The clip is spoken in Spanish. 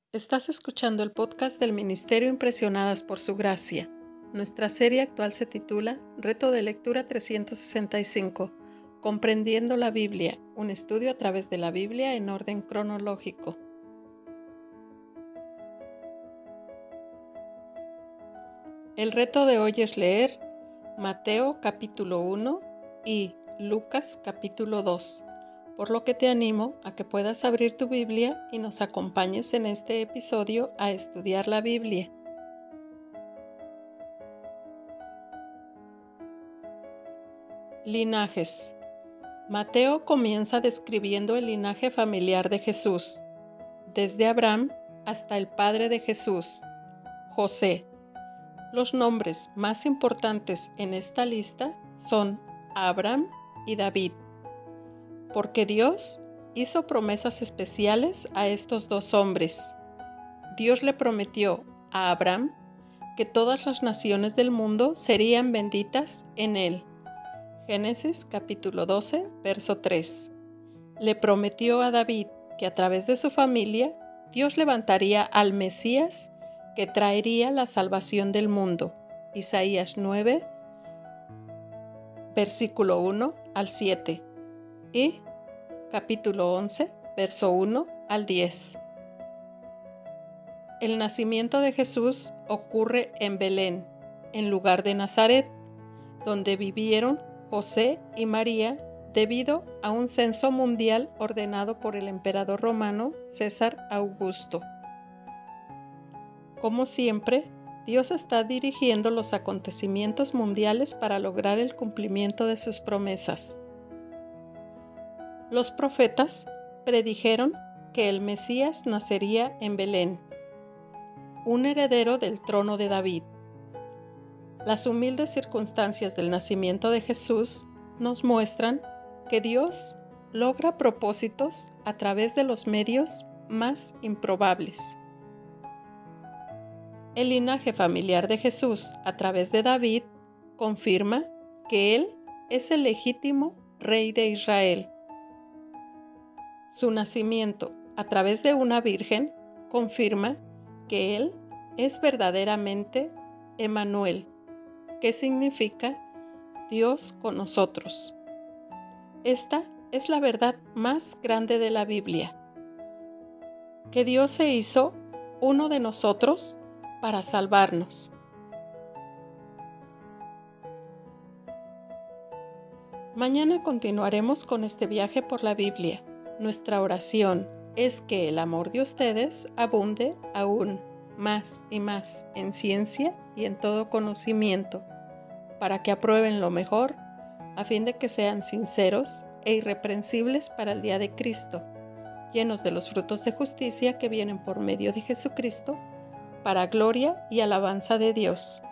Estás escuchando el podcast del Ministerio Impresionadas por Su Gracia. Nuestra serie actual se titula Reto de Lectura 365, Comprendiendo la Biblia, un estudio a través de la Biblia en orden cronológico. El reto de hoy es leer Mateo capítulo 1 y Lucas capítulo 2. Por lo que te animo a que puedas abrir tu Biblia y nos acompañes en este episodio a estudiar la Biblia. Linajes. Mateo comienza describiendo el linaje familiar de Jesús, desde Abraham hasta el padre de Jesús, José. Los nombres más importantes en esta lista son Abraham y David, porque Dios hizo promesas especiales a estos dos hombres. Dios le prometió a Abraham que todas las naciones del mundo serían benditas en él. Génesis capítulo 12, verso 3. Le prometió a David que a través de su familia Dios levantaría al Mesías que traería la salvación del mundo. Isaías 9, versículo 1 al 7. Y capítulo 11, verso 1 al 10. El nacimiento de Jesús ocurre en Belén, en lugar de Nazaret, donde vivieron José y María debido a un censo mundial ordenado por el emperador romano César Augusto. Como siempre, Dios está dirigiendo los acontecimientos mundiales para lograr el cumplimiento de sus promesas. Los profetas predijeron que el Mesías nacería en Belén, un heredero del trono de David. Las humildes circunstancias del nacimiento de Jesús nos muestran que Dios logra propósitos a través de los medios más improbables. El linaje familiar de Jesús a través de David confirma que Él es el legítimo rey de Israel. Su nacimiento a través de una virgen confirma que Él es verdaderamente Emmanuel, que significa Dios con nosotros. Esta es la verdad más grande de la Biblia, que Dios se hizo uno de nosotros para salvarnos. Mañana continuaremos con este viaje por la Biblia. Nuestra oración es que el amor de ustedes abunde aún más y más en ciencia y en todo conocimiento, para que aprueben lo mejor, a fin de que sean sinceros e irreprensibles para el día de Cristo, llenos de los frutos de justicia que vienen por medio de Jesucristo, para gloria y alabanza de Dios.